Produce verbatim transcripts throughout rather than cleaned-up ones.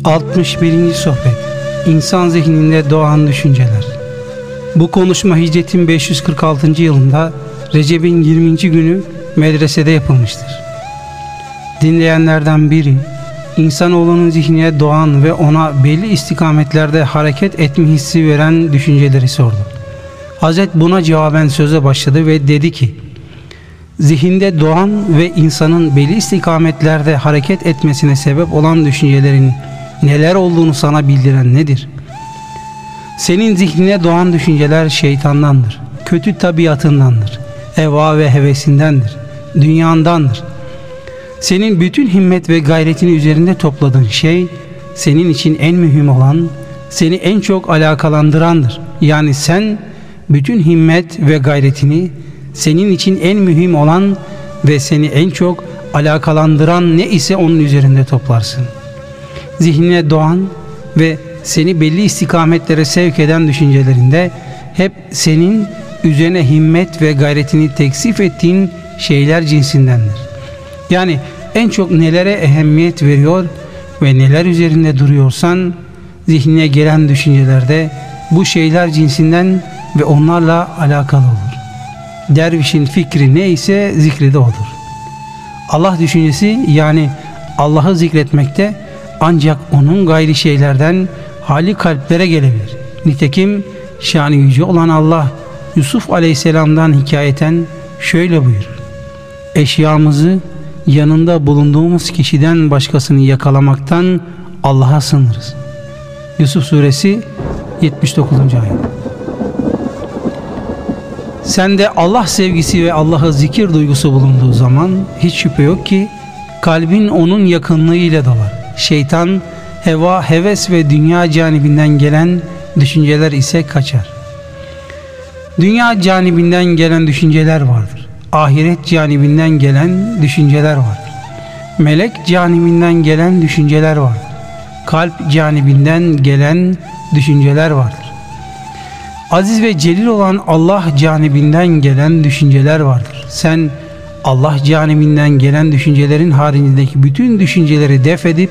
altmış birinci sohbet. İnsan zihninde doğan düşünceler. Bu konuşma hicretin beş yüz kırk altıncı yılında Recep'in yirminci günü medresede yapılmıştır. Dinleyenlerden biri, insanoğlunun zihnine doğan ve ona belli istikametlerde hareket etme hissi veren düşünceleri sordu. Hazret buna cevaben söze başladı ve dedi ki, zihinde doğan ve insanın belli istikametlerde hareket etmesine sebep olan düşüncelerin neler olduğunu sana bildiren nedir? Senin zihnine doğan düşünceler şeytandandır, kötü tabiatındandır, heva ve hevesindendir, dünyandandır. Senin bütün himmet ve gayretini üzerinde topladığın şey, senin için en mühim olan, seni en çok alakalandırandır. Yani sen bütün himmet ve gayretini, senin için en mühim olan ve seni en çok alakalandıran ne ise onun üzerinde toplarsın. Zihnine doğan ve seni belli istikametlere sevk eden düşüncelerinde hep senin üzerine himmet ve gayretini teksif ettiğin şeyler cinsindendir. Yani en çok nelere ehemmiyet veriyor ve neler üzerinde duruyorsan zihnine gelen düşüncelerde bu şeyler cinsinden ve onlarla alakalı olur. Dervişin fikri neyse zikri de odur. Allah düşüncesi yani Allah'ı zikretmekte ancak onun gayri şeylerden hali kalplere gelebilir. Nitekim şanı yüce olan Allah Yusuf Aleyhisselam'dan hikayeten şöyle buyurur: eşyamızı yanında bulunduğumuz kişiden başkasını yakalamaktan Allah'a sığınırız. Yusuf suresi yetmiş dokuzuncu ayet. Sende Allah sevgisi ve Allah'ı zikir duygusu bulunduğu zaman hiç şüphe yok ki kalbin onun yakınlığıyla dolar. Şeytan, heva, heves ve dünya canibinden gelen düşünceler ise kaçar. Dünya canibinden gelen düşünceler vardır. Ahiret canibinden gelen düşünceler vardır. Melek canibinden gelen düşünceler vardır. Kalp canibinden gelen düşünceler vardır. Aziz ve celil olan Allah canibinden gelen düşünceler vardır. Sen Allah canibinden gelen düşüncelerin haricindeki bütün düşünceleri def edip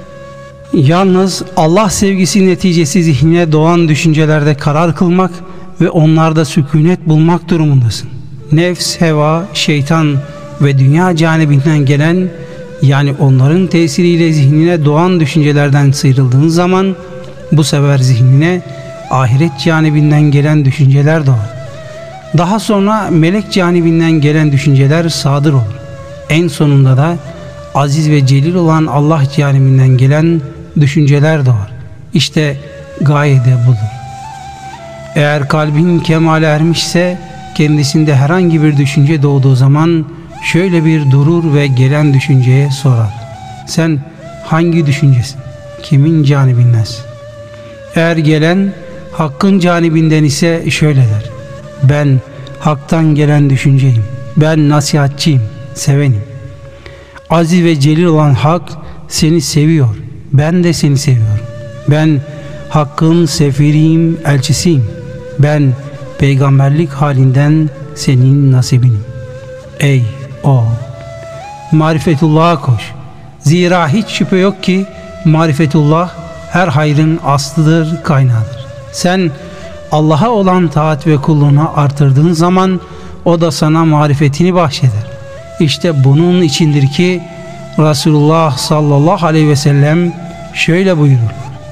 yalnız Allah sevgisi neticesi zihnine doğan düşüncelerde karar kılmak ve onlarda sükunet bulmak durumundasın. Nefs, heva, şeytan ve dünya canibinden gelen, yani onların tesiriyle zihnine doğan düşüncelerden sıyrıldığın zaman bu sefer zihnine ahiret canibinden gelen düşünceler doğar. Daha sonra melek canibinden gelen düşünceler sadır olur. En sonunda da aziz ve celil olan Allah canibinden gelen düşünceler doğar. İşte gaye de budur. Eğer kalbin kemale ermişse kendisinde herhangi bir düşünce doğduğu zaman şöyle bir durur ve gelen düşünceye sorar: sen hangi düşüncesin? Kimin canibindensin? Eğer gelen Hakk'ın canibinden ise şöyle der: ben Hak'tan gelen düşünceyim. Ben nasihatçiyim, sevenim. Aziz ve celil olan Hak seni seviyor. Ben de seni seviyorum. Ben Hakk'ın sefiriyim, elçisiyim. Ben peygamberlik halinden senin nasibinim. Ey oğul, marifetullah'a koş. Zira hiç şüphe yok ki marifetullah her hayrın aslıdır, kaynağıdır. Sen Allah'a olan taat ve kulluğunu artırdığın zaman o da sana marifetini bahşeder. İşte bunun içindir ki Resulullah sallallahu aleyhi ve sellem şöyle buyurur: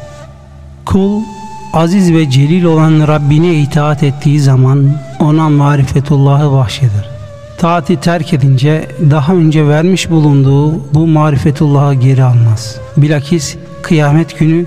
kul aziz ve celil olan Rabbine itaat ettiği zaman ona marifetullah'ı bahşeder. Taati terk edince daha önce vermiş bulunduğu bu marifetullah'ı geri almaz. Bilakis kıyamet günü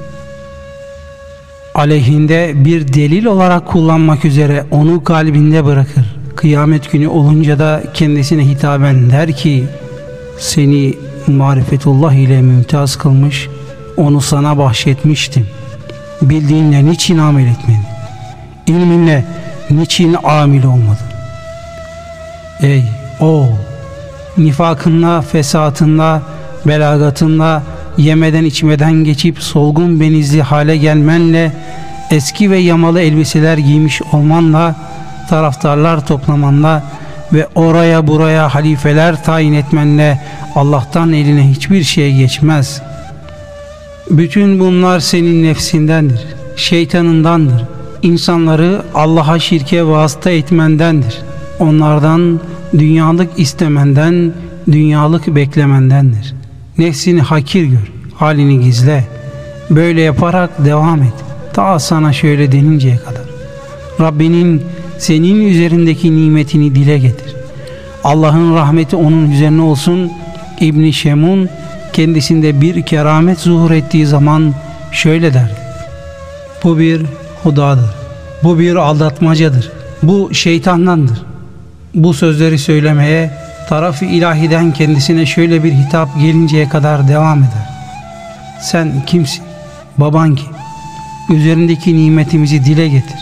aleyhinde bir delil olarak kullanmak üzere onu kalbinde bırakır. Kıyamet günü olunca da kendisine hitaben der ki: seni marifetullah ile mümtaz kılmış, onu sana bahşetmiştim. Bildiğinle niçin amel etmedin? İlminle niçin amil olmadın? Ey oğul, nifakınla, fesatınla, belagatınla, yemeden içmeden geçip solgun benizli hale gelmenle, eski ve yamalı elbiseler giymiş olmanla, taraftarlar toplamanla ve oraya buraya halifeler tayin etmenle Allah'tan eline hiçbir şey geçmez. Bütün bunlar senin nefsindendir, şeytanındandır. İnsanları Allah'a şirke vasıta etmendendir. Onlardan dünyalık istemenden, dünyalık beklemendendir. Nefsini hakir gör, halini gizle. Böyle yaparak devam et, ta sana şöyle deninceye kadar. Rabbinin senin üzerindeki nimetini dile getir. Allah'ın rahmeti onun üzerine olsun. İbn Şemun kendisinde bir keramet zuhur ettiği zaman şöyle derdi: bu bir hudadır, bu bir aldatmacadır, bu şeytandandır. Bu sözleri söylemeye taraf-ı ilahiden kendisine şöyle bir hitap gelinceye kadar devam eder: sen kimsin? Baban kim? Üzerindeki nimetimizi dile getir.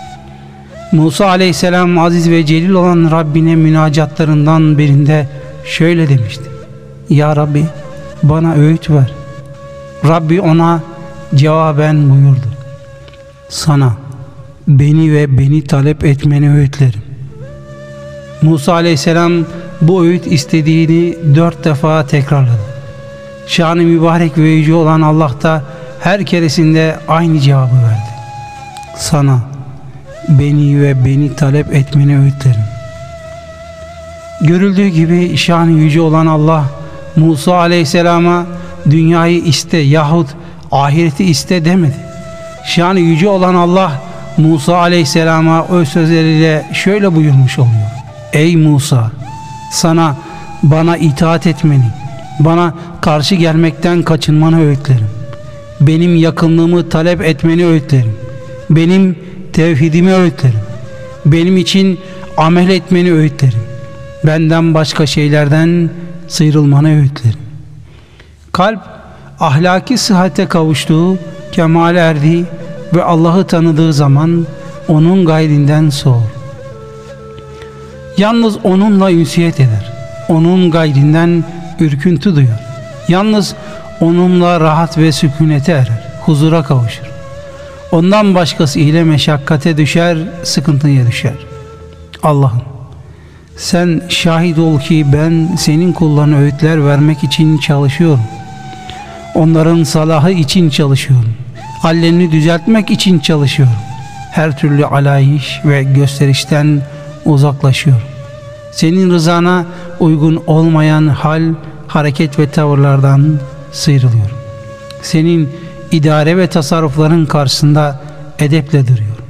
Musa aleyhisselam aziz ve celil olan Rabbine münacatlarından birinde şöyle demişti: ya Rabbi, bana öğüt ver. Rabbi ona cevaben buyurdu: sana beni ve beni talep etmeni öğütlerim. Musa aleyhisselam bu öğüt istediğini dört defa tekrarladı. Şanı mübarek ve yüce olan Allah da her keresinde aynı cevabı verdi: sana beni ve beni talep etmeni öğütlerim. Görüldüğü gibi şanı yüce olan Allah Musa aleyhisselama dünyayı iste yahut ahireti iste demedi. Şanı yüce olan Allah Musa aleyhisselama o sözleriyle şöyle buyurmuş oluyor: ey Musa, sana bana itaat etmeni, bana karşı gelmekten kaçınmanı öğütlerim. Benim yakınlığımı talep etmeni öğütlerim. Benim tevhidimi öğütlerim. Benim için amel etmeni öğütlerim. Benden başka şeylerden sıyrılmanı öğütlerim. Kalp ahlaki sıhhate kavuştuğu, kemale erdiği ve Allah'ı tanıdığı zaman onun gayrinden soğur. Yalnız onunla ünsiyet eder. Onun gayrinden ürküntü duyar. Yalnız onunla rahat ve sükunete erer, huzura kavuşur. Ondan başkası ile meşakkate düşer, sıkıntıya düşer. Allah'ım, sen şahit ol ki ben senin kullarına öğütler vermek için çalışıyorum. Onların salahı için çalışıyorum. Hallerini düzeltmek için çalışıyorum. Her türlü alayiş ve gösterişten uzaklaşıyorum. Senin rızana uygun olmayan hal, hareket ve tavırlardan sıyrılıyorum. Senin idare ve tasarrufların karşısında edeple duruyorum.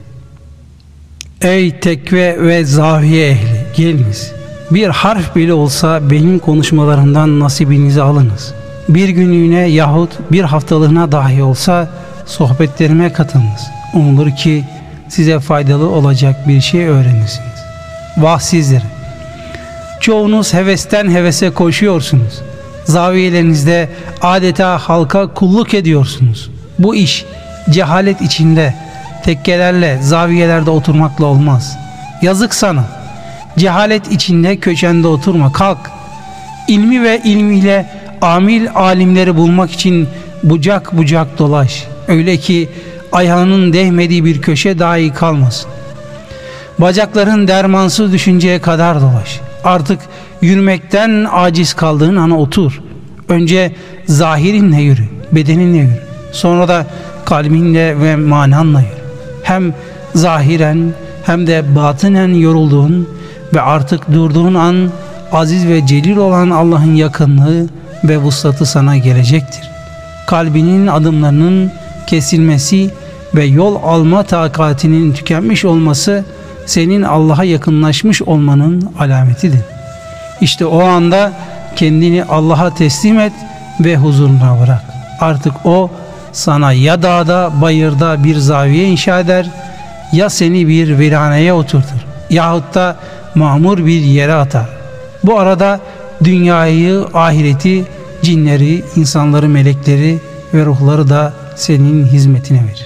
Ey tekve ve zaviye ehli, geliniz. Bir harf bile olsa benim konuşmalarımdan nasibinizi alınız. Bir günlüğüne yahut bir haftalığına dahi olsa sohbetlerime katılınız. Umulur ki size faydalı olacak bir şey öğrenirsiniz. Vah sizlere! Çoğunuz hevesten hevese koşuyorsunuz. Zaviyelerinizde adeta halka kulluk ediyorsunuz. Bu iş cehalet içinde, tekkelerle zaviyelerde oturmakla olmaz. Yazık sana! Cehalet içinde köşende oturma, kalk. İlmi ve ilmiyle amil alimleri bulmak için bucak bucak dolaş. Öyle ki ayağının değmediği bir köşe dahi kalmasın. Bacakların dermansız düşünceye kadar dolaş. Artık yürümekten aciz kaldığın ana otur. Önce zahirinle yürü, bedeninle yürü. Sonra da kalbinle ve mananla yürü. Hem zahiren hem de batınen yorulduğun ve artık durduğun an aziz ve celil olan Allah'ın yakınlığı ve vuslatı sana gelecektir. Kalbinin adımlarının kesilmesi ve yol alma takatinin tükenmiş olması senin Allah'a yakınlaşmış olmanın alametidir. İşte o anda kendini Allah'a teslim et ve huzuruna bırak. Artık o sana ya dağda, bayırda bir zaviye inşa eder, ya seni bir viraneye oturtur, yahut da mamur bir yere atar. Bu arada dünyayı, ahireti, cinleri, insanları, melekleri ve ruhları da senin hizmetine verir.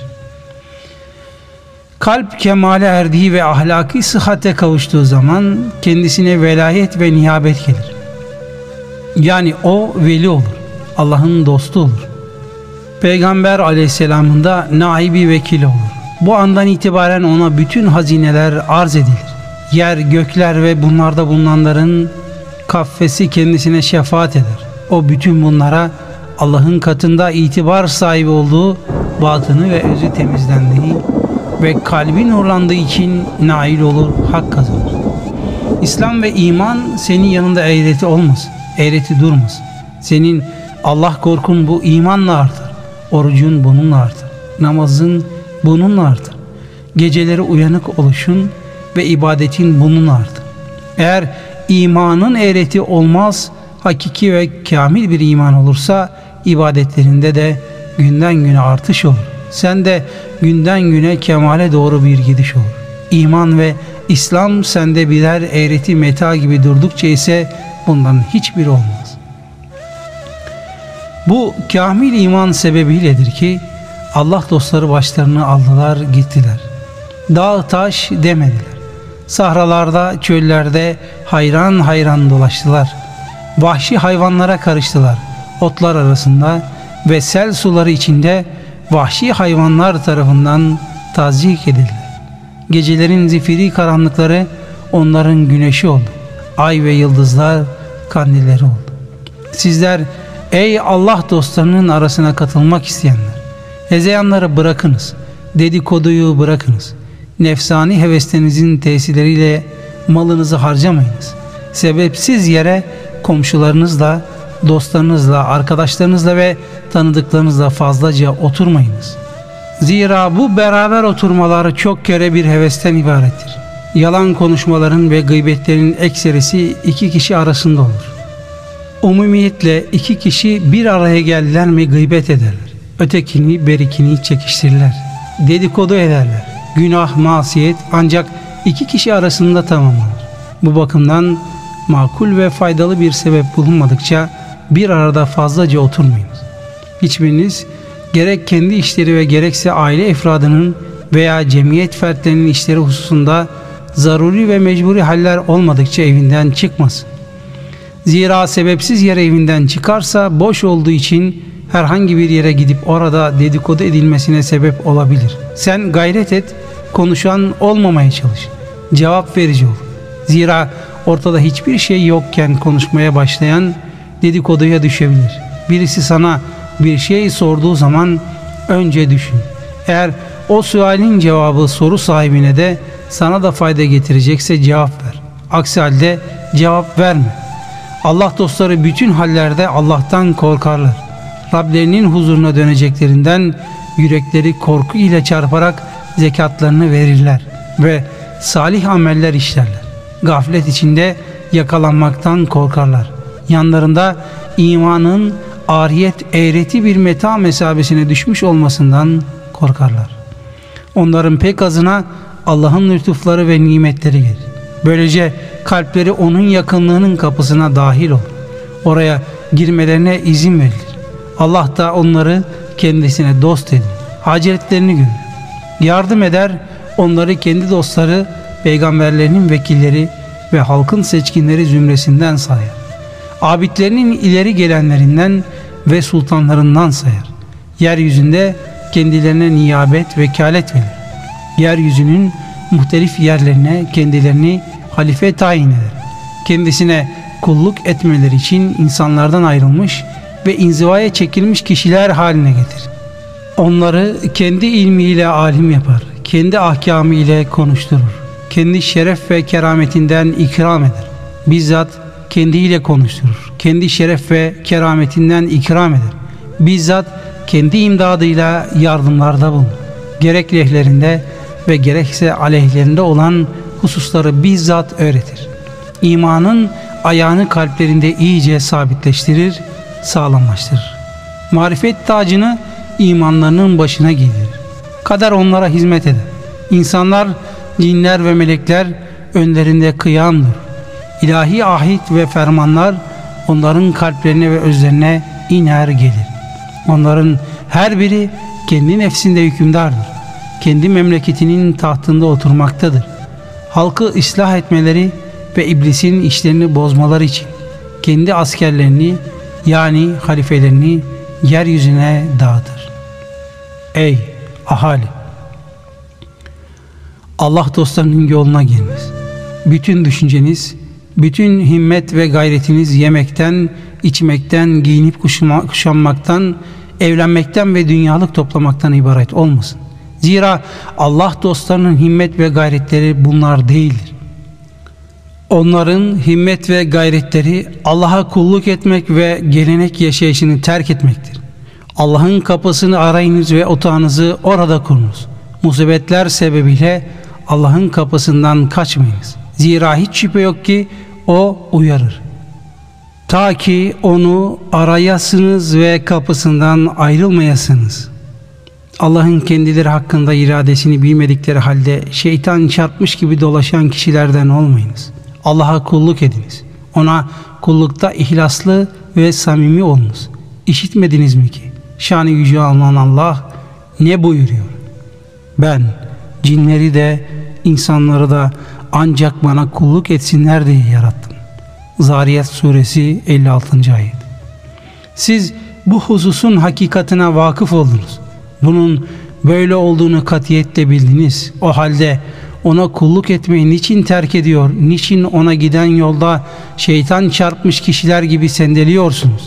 Kalp kemale erdiği ve ahlaki sıhhate kavuştuğu zaman kendisine velayet ve niyabet gelir. Yani o veli olur, Allah'ın dostu olur. Peygamber aleyhisselamın da naibi vekili olur. Bu andan itibaren ona bütün hazineler arz edilir. Yer, gökler ve bunlarda bulunanların kaffesi kendisine şefaat eder. O bütün bunlara Allah'ın katında itibar sahibi olduğu, batını ve özü temizlendiği ve kalbin nurlandığı için nail olur, hak kazanır. İslam ve iman senin yanında eğreti olmasın, eğreti durmasın. Senin Allah korkun bu imanla artar, orucun bununla artar, namazın bununla artar, geceleri uyanık oluşun ve ibadetin bununla artar. Eğer imanın eğreti olmaz, hakiki ve kamil bir iman olursa ibadetlerinde de günden güne artış olur. Sen de günden güne kemale doğru bir gidiş olur. İman ve İslam sende birer eğreti meta gibi durdukça ise bundan hiçbir olmaz. Bu kamil iman sebebiyledir ki Allah dostları başlarını aldılar gittiler. Dağ taş demediler. Sahralarda, çöllerde hayran hayran dolaştılar. Vahşi hayvanlara karıştılar. Otlar arasında ve sel suları içinde vahşi hayvanlar tarafından tazyik edildiler. Gecelerin zifiri karanlıkları onların güneşi oldu. Ay ve yıldızlar kandilleri oldu. Sizler ey Allah dostlarının arasına katılmak isteyenler, hezeyanları bırakınız, dedikoduyu bırakınız. Nefsani heveslerinizin tesirleriyle malınızı harcamayınız. Sebepsiz yere komşularınızla, dostlarınızla, arkadaşlarınızla ve tanıdıklarınızla fazlaca oturmayınız. Zira bu beraber oturmalar çok kere bir hevesten ibarettir. Yalan konuşmaların ve gıybetlerin ekserisi iki kişi arasında olur. Umumiyetle iki kişi bir araya geldiler mi gıybet ederler. Ötekini berikini çekiştirirler. Dedikodu ederler. Günah, masiyet ancak iki kişi arasında tamamlanır. Bu bakımdan makul ve faydalı bir sebep bulunmadıkça bir arada fazlaca oturmayınız. Hiçbiriniz gerek kendi işleri ve gerekse aile efradının veya cemiyet fertlerinin işleri hususunda zaruri ve mecburi haller olmadıkça evinden çıkmasın. Zira sebepsiz yere evinden çıkarsa boş olduğu için herhangi bir yere gidip orada dedikodu edilmesine sebep olabilir. Sen gayret et, konuşan olmamaya çalış. Cevap verici ol. Zira ortada hiçbir şey yokken konuşmaya başlayan dedikoduya düşebilir. Birisi sana bir şey sorduğu zaman önce düşün. Eğer o sualin cevabı soru sahibine de sana da fayda getirecekse cevap ver. Aksi halde cevap verme. Allah dostları bütün hallerde Allah'tan korkarlar. Rablerinin huzuruna döneceklerinden yürekleri korku ile çarparak zekatlarını verirler ve salih ameller işlerler. Gaflet içinde yakalanmaktan korkarlar. Yanlarında imanın ariyet eğreti bir meta mesabesine düşmüş olmasından korkarlar. Onların pek azına Allah'ın lütufları ve nimetleri gelir. Böylece kalpleri onun yakınlığının kapısına dahil olur. Oraya girmelerine izin verilir. Allah da onları kendisine dost edin. Hacetlerini görür. Yardım eder, onları kendi dostları, peygamberlerinin vekilleri ve halkın seçkinleri zümresinden sayar. Abidlerinin ileri gelenlerinden ve sultanlarından sayar. Yeryüzünde kendilerine niyabet, vekalet verir. Yeryüzünün muhtelif yerlerine kendilerini halife tayin eder. Kendisine kulluk etmeleri için insanlardan ayrılmış ve inzivaya çekilmiş kişiler haline getirir. Onları kendi ilmiyle alim yapar, kendi ahkamı ile konuşturur. Kendi şeref ve kerametinden ikram eder. Bizzat kendiyle konuşturur. Kendi şeref ve kerametinden ikram eder. Bizzat kendi imdadıyla yardımlarda bulunur. Gerek lehlerinde ve gerekse aleyhlerinde olan hususları bizzat öğretir. İmanın ayağını kalplerinde iyice sabitleştirir, sağlamlaştırır. Marifet tacını imanlarının başına giydirir. Kader onlara hizmet eder. İnsanlar, cinler ve melekler önlerinde kıyamdır. İlahi ahit ve fermanlar onların kalplerine ve özlerine iner gelir. Onların her biri kendi nefsinde hükümdardır. Kendi memleketinin tahtında oturmaktadır. Halkı ıslah etmeleri ve iblisin işlerini bozmaları için kendi askerlerini yani halifelerini yeryüzüne dağıtır. Ey ahali! Allah dostlarının yoluna giriniz. Bütün düşünceniz, Bütün himmet ve gayretiniz yemekten, içmekten, giyinip kuşama, kuşanmaktan, evlenmekten ve dünyalık toplamaktan ibaret olmasın. Zira Allah dostlarının himmet ve gayretleri bunlar değildir. Onların himmet ve gayretleri Allah'a kulluk etmek ve gelenek yaşayışını terk etmektir. Allah'ın kapısını arayınız ve otağınızı orada kurunuz. Musibetler sebebiyle Allah'ın kapısından kaçmayınız. Zira hiç şüphe yok ki O uyarır. Ta ki onu arayasınız ve kapısından ayrılmayasınız. Allah'ın kendileri hakkında iradesini bilmedikleri halde şeytan çarpmış gibi dolaşan kişilerden olmayınız. Allah'a kulluk ediniz. Ona kullukta ihlaslı ve samimi olunuz. İşitmediniz mi ki? Şan-ı yüce olan Allah ne buyuruyor? Ben cinleri de insanları da ancak bana kulluk etsinler diye yarattım. Zariyat suresi elli altıncı ayet. Siz bu hususun hakikatine vakıf oldunuz. Bunun böyle olduğunu katiyetle bildiniz. O halde ona kulluk etmeyi niçin terk ediyor, niçin ona giden yolda şeytan çarpmış kişiler gibi sendeliyorsunuz?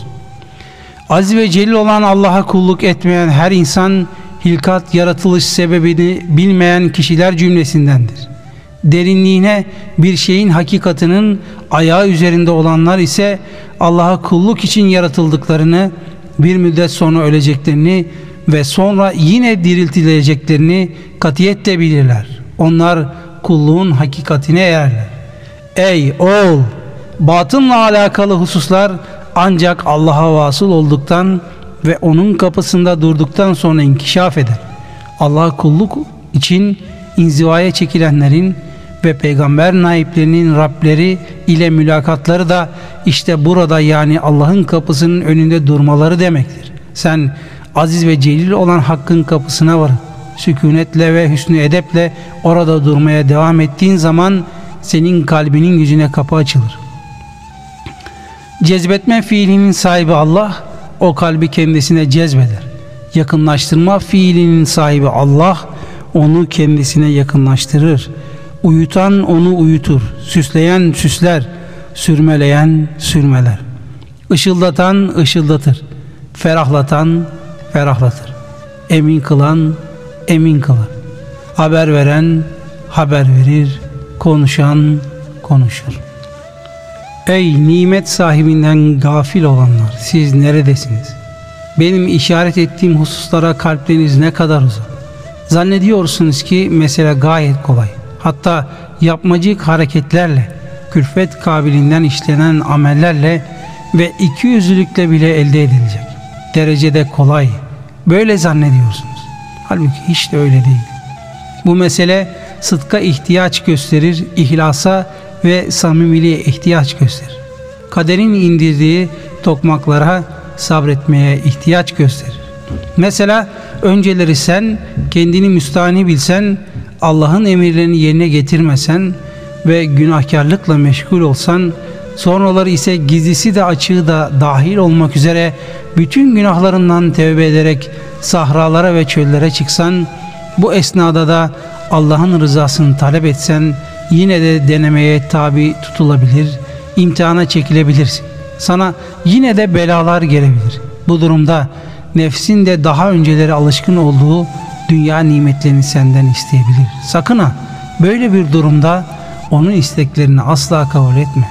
Aziz ve celil olan Allah'a kulluk etmeyen her insan, hilkat yaratılış sebebini bilmeyen kişiler cümlesindendir. Derinliğine bir şeyin hakikatinin ayağı üzerinde olanlar ise Allah'a kulluk için yaratıldıklarını, bir müddet sonra öleceklerini ve sonra yine diriltileceklerini katiyetle bilirler. Onlar kulluğun hakikatine ererler. Ey oğul! Batınla alakalı hususlar ancak Allah'a vasıl olduktan ve onun kapısında durduktan sonra inkişaf eder. Allah'a kulluk için inzivaya çekilenlerin ve peygamber naiplerinin Rableri ile mülakatları da işte burada, yani Allah'ın kapısının önünde durmaları demektir. Sen aziz ve celil olan Hakk'ın kapısına varıp sükunetle ve hüsnü edeple orada durmaya devam ettiğin zaman senin kalbinin yüzüne kapı açılır. Cezbetme fiilinin sahibi Allah, o kalbi kendisine cezbeder. Yakınlaştırma fiilinin sahibi Allah, onu kendisine yakınlaştırır. Uyutan onu uyutur, süsleyen süsler, sürmeleyen sürmeler. Işıldatan ışıldatır, ferahlatan ferahlatır. Emin kılan emin kılar. Haber veren haber verir, konuşan konuşur. Ey nimet sahibinden gafil olanlar, siz neredesiniz? Benim işaret ettiğim hususlara kalpleriniz ne kadar uzak. Zannediyorsunuz ki mesele gayet kolay. Hatta yapmacık hareketlerle, külfet kabiliğinden işlenen amellerle ve ikiyüzlülükle bile elde edilecek derecede kolay. Böyle zannediyorsunuz. Halbuki hiç de öyle değil. Bu mesele sıdka ihtiyaç gösterir, ihlasa ve samimiliğe ihtiyaç gösterir. Kaderin indirdiği tokmaklara sabretmeye ihtiyaç gösterir. Mesela önceleri sen kendini müstahni bilsen, Allah'ın emirlerini yerine getirmesen ve günahkarlıkla meşgul olsan, sonraları ise gizlisi de açığı da dahil olmak üzere bütün günahlarından tevbe ederek sahralara ve çöllere çıksan, bu esnada da Allah'ın rızasını talep etsen, yine de denemeye tabi tutulabilir, imtihana çekilebilirsin. Sana yine de belalar gelebilir. Bu durumda nefsin de daha önceleri alışkın olduğu dünya nimetlerini senden isteyebilir. Sakın ha, böyle bir durumda onun isteklerini asla kabul etme.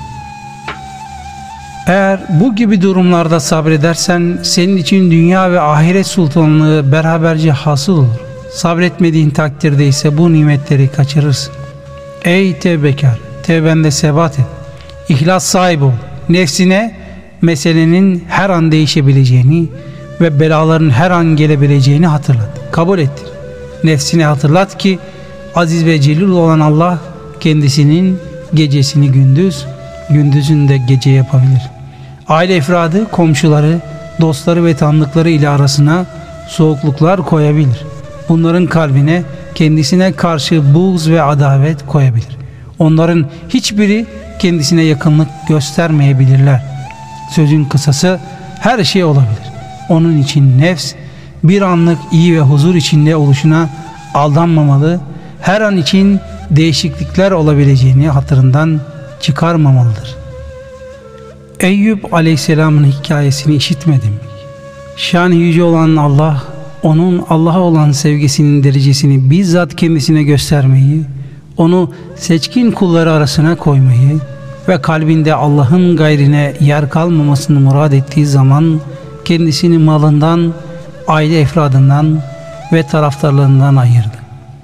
Eğer bu gibi durumlarda sabredersen senin için dünya ve ahiret sultanlığı beraberce hasıl olur. Sabretmediğin takdirde ise bu nimetleri kaçırırsın. Ey tevbekar, tevbende sebat et. İhlas sahibi ol. Nefsine meselenin her an değişebileceğini ve belaların her an gelebileceğini hatırlat. Kabul ettir. Nefsine hatırlat ki aziz ve celil olan Allah kendisinin gecesini gündüz, gündüzünü de gece yapabilir. Aile efradı, komşuları, dostları ve tanıdıkları ile arasına soğukluklar koyabilir. Bunların kalbine kendisine karşı buğz ve adavet koyabilir. Onların hiçbiri kendisine yakınlık göstermeyebilirler. Sözün kısası her şey olabilir. Onun için nefs bir anlık iyi ve huzur içinde oluşuna aldanmamalı, her an için değişiklikler olabileceğini hatırından çıkarmamalıdır. Eyüp Aleyhisselam'ın hikayesini işitmedin mi? Şan-ı yüce olan Allah, onun Allah'a olan sevgisinin derecesini bizzat kendisine göstermeyi, onu seçkin kulları arasına koymayı ve kalbinde Allah'ın gayrine yer kalmamasını murad ettiği zaman kendisini malından, aile efradından ve taraftarlarından ayırdı.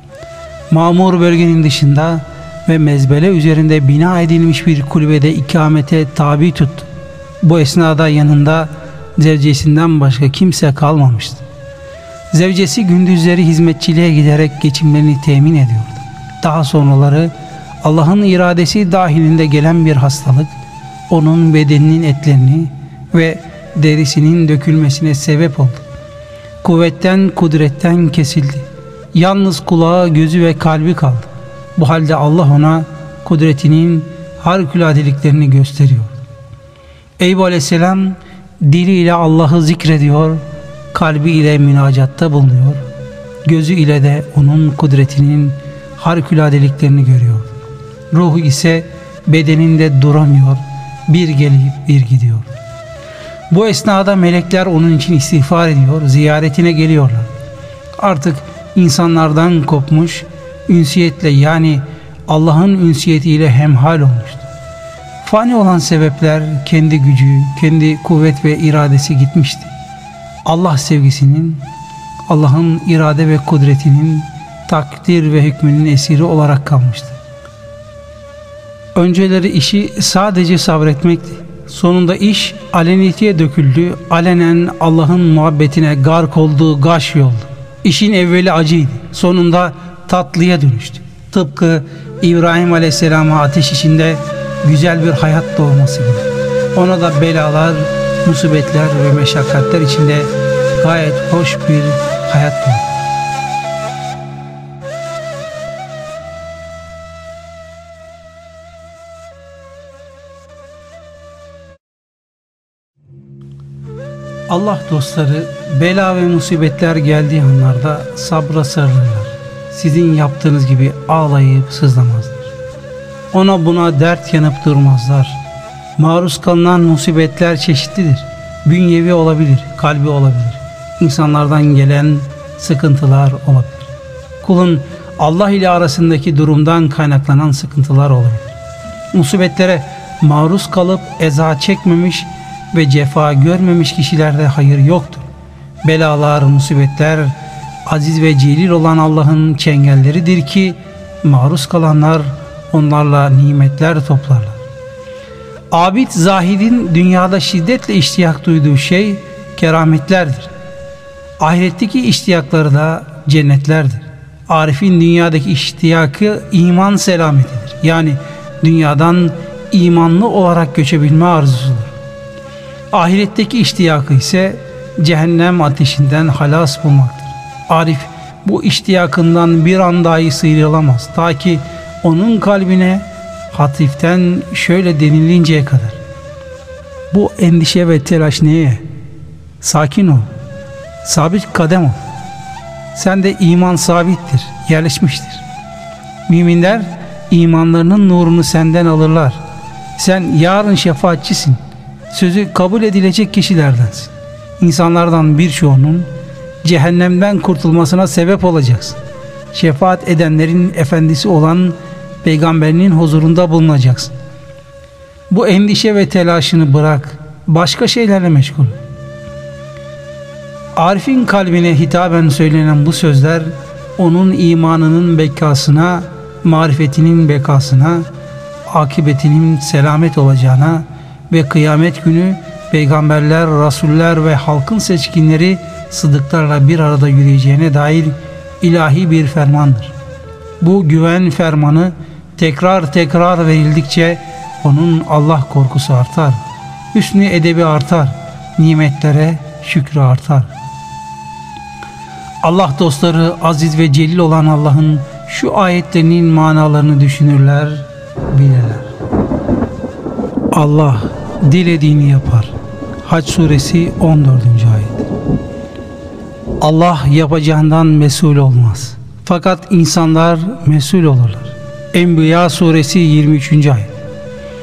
Mamur bölgenin dışında ve mezbele üzerinde bina edilmiş bir kulübede ikamete tabi tuttu. Bu esnada yanında zevcesinden başka kimse kalmamıştı. Zevcesi gündüzleri hizmetçiliğe giderek geçimlerini temin ediyordu. Daha sonraları Allah'ın iradesi dahilinde gelen bir hastalık onun bedeninin etlerini ve derisinin dökülmesine sebep oldu. Kuvvetten, kudretten kesildi. Yalnız kulağı, gözü ve kalbi kaldı. Bu halde Allah ona kudretinin harikuladeliklerini gösteriyor. Eyüp Aleyhisselam diliyle Allah'ı zikrediyor, kalbi ile münacatta bulunuyor, gözü ile de onun kudretinin harikuladeliklerini görüyor. Ruhu ise bedeninde duramıyor, bir gelip bir gidiyor. Bu esnada melekler onun için istiğfar ediyor, ziyaretine geliyorlar. Artık insanlardan kopmuş, ünsiyetle yani Allah'ın ünsiyetiyle hemhal olmuştu. Fani olan sebepler, kendi gücü, kendi kuvvet ve iradesi gitmişti. Allah sevgisinin, Allah'ın irade ve kudretinin, takdir ve hükmünün esiri olarak kalmıştı. Önceleri işi sadece sabretmekti. Sonunda iş aleniyetiye döküldü. Alenen Allah'ın muhabbetine gark olduğu gaş yoldu. İşin evveli acıydı. Sonunda tatlıya dönüştü. Tıpkı İbrahim Aleyhisselam'a ateş içinde güzel bir hayat doğması gibi. Ona da belalar, musibetler ve meşakkatler içinde gayet hoş bir hayat doğdu. Allah dostları bela ve musibetler geldiği anlarda sabra sarılırlar. Sizin yaptığınız gibi ağlayıp sızlamazlar. Ona buna dert yanıp durmazlar. Maruz kalınan musibetler çeşitlidir. Bünyevi olabilir, kalbi olabilir. İnsanlardan gelen sıkıntılar olabilir. Kulun Allah ile arasındaki durumdan kaynaklanan sıkıntılar olabilir. Musibetlere maruz kalıp eza çekmemiş ve cefa görmemiş kişilerde hayır yoktur. Belalar, musibetler aziz ve celil olan Allah'ın çengelleridir ki maruz kalanlar onlarla nimetler toplarlar. Abid zahidin dünyada şiddetle iştiyak duyduğu şey kerametlerdir. Ahiretteki iştiyakları da cennetlerdir. Arif'in dünyadaki iştiyakı iman selametidir. Yani dünyadan imanlı olarak göçebilme arzusudur. Ahiretteki iştiyakı ise cehennem ateşinden halas bulmaktır. Arif bu iştiyakından bir an dahi sıyrılamaz. Ta ki onun kalbine hafiften şöyle denilinceye kadar: bu endişe ve telaş neye? Sakin ol, sabit kadem ol. Sende iman sabittir, yerleşmiştir. Müminler imanlarının nurunu senden alırlar. Sen yarın şefaatçisin, sözü kabul edilecek kişilerdensin. İnsanlardan birçoğunun cehennemden kurtulmasına sebep olacaksın. Şefaat edenlerin efendisi olan Peygamberinin huzurunda bulunacaksın. Bu endişe ve telaşını bırak, başka şeylerle meşgul. Arif'in kalbine hitaben söylenen bu sözler onun imanının bekasına, marifetinin bekasına, akıbetinin selamet olacağına ve kıyamet günü peygamberler, rasuller ve halkın seçkinleri sıdıklarla bir arada yürüyeceğine dair ilahi bir fermandır. Bu güven fermanı tekrar tekrar verildikçe onun Allah korkusu artar, hüsnü edebi artar, nimetlere şükrü artar. Allah dostları aziz ve celil olan Allah'ın şu ayetlerinin manalarını düşünürler, bilirler. Allah dilediğini yapar. Hac suresi on dördüncü ayet. Allah yapacağından mesul olmaz. Fakat insanlar mesul olurlar. Enbiya suresi yirmi üçüncü ayet.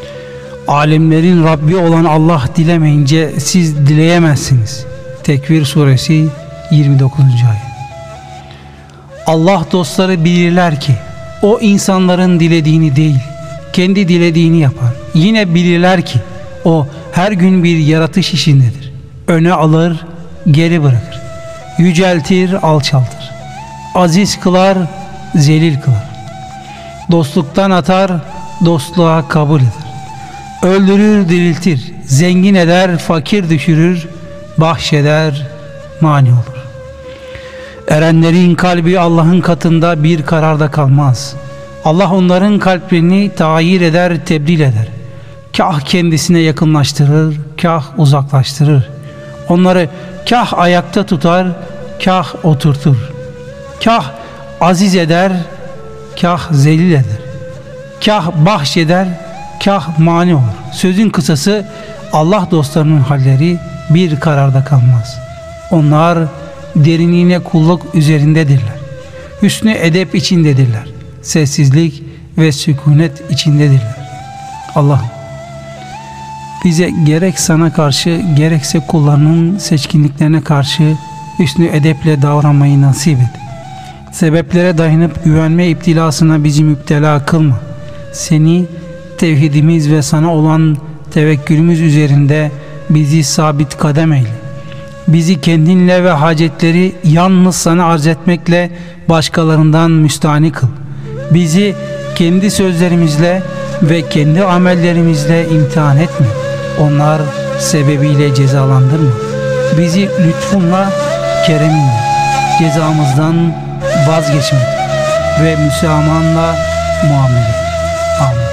Alemlerin Rabbi olan Allah dilemeyince siz dileyemezsiniz. Tekvir suresi yirmi dokuzuncu ayet. Allah dostları bilirler ki o insanların dilediğini değil, kendi dilediğini yapar. Yine bilirler ki o her gün bir yaratış işindedir. Öne alır, geri bırakır. Yüceltir, alçaltır. Aziz kılar, zelil kılar. Dostluktan atar, dostluğa kabul eder. Öldürür, diriltir. Zengin eder, fakir düşürür. Bahşeder, mani olur. Erenlerin kalbi Allah'ın katında bir kararda kalmaz. Allah onların kalplerini tayir eder, tebdil eder. Kah kendisine yakınlaştırır, kah uzaklaştırır. Onları kah ayakta tutar, kah oturtur. Kah aziz eder, kah zelil eder. Kah bahşeder, kah mani olur. Sözün kısası, Allah dostlarının halleri bir kararda kalmaz. Onlar derinliğine kulluk üzerindedirler. Hüsnü edep içindedirler. Sessizlik ve sükunet içindedirler. Allah'ım bize gerek sana karşı gerekse kullarının seçkinliklerine karşı hüsnü edeple davranmayı nasip et. Sebeplere dayanıp güvenme iptilasına bizi müptela kılma. Seni, tevhidimiz ve sana olan tevekkülümüz üzerinde bizi sabit kadem eyle. Bizi kendinle ve hacetleri yalnız sana arz etmekle başkalarından müstahni kıl. Bizi kendi sözlerimizle ve kendi amellerimizle imtihan etme. Onlar sebebiyle cezalandırma. Bizi lütfunla, kereminle cezamızdan vazgeçmek ve müsamahanla muamele. Amin.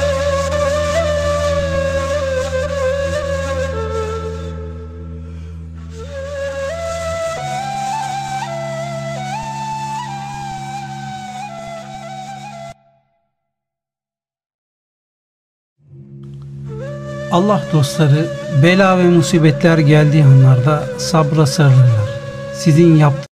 Allah dostları bela ve musibetler geldiği anlarda sabra sarılırlar. Sizin yaptığınız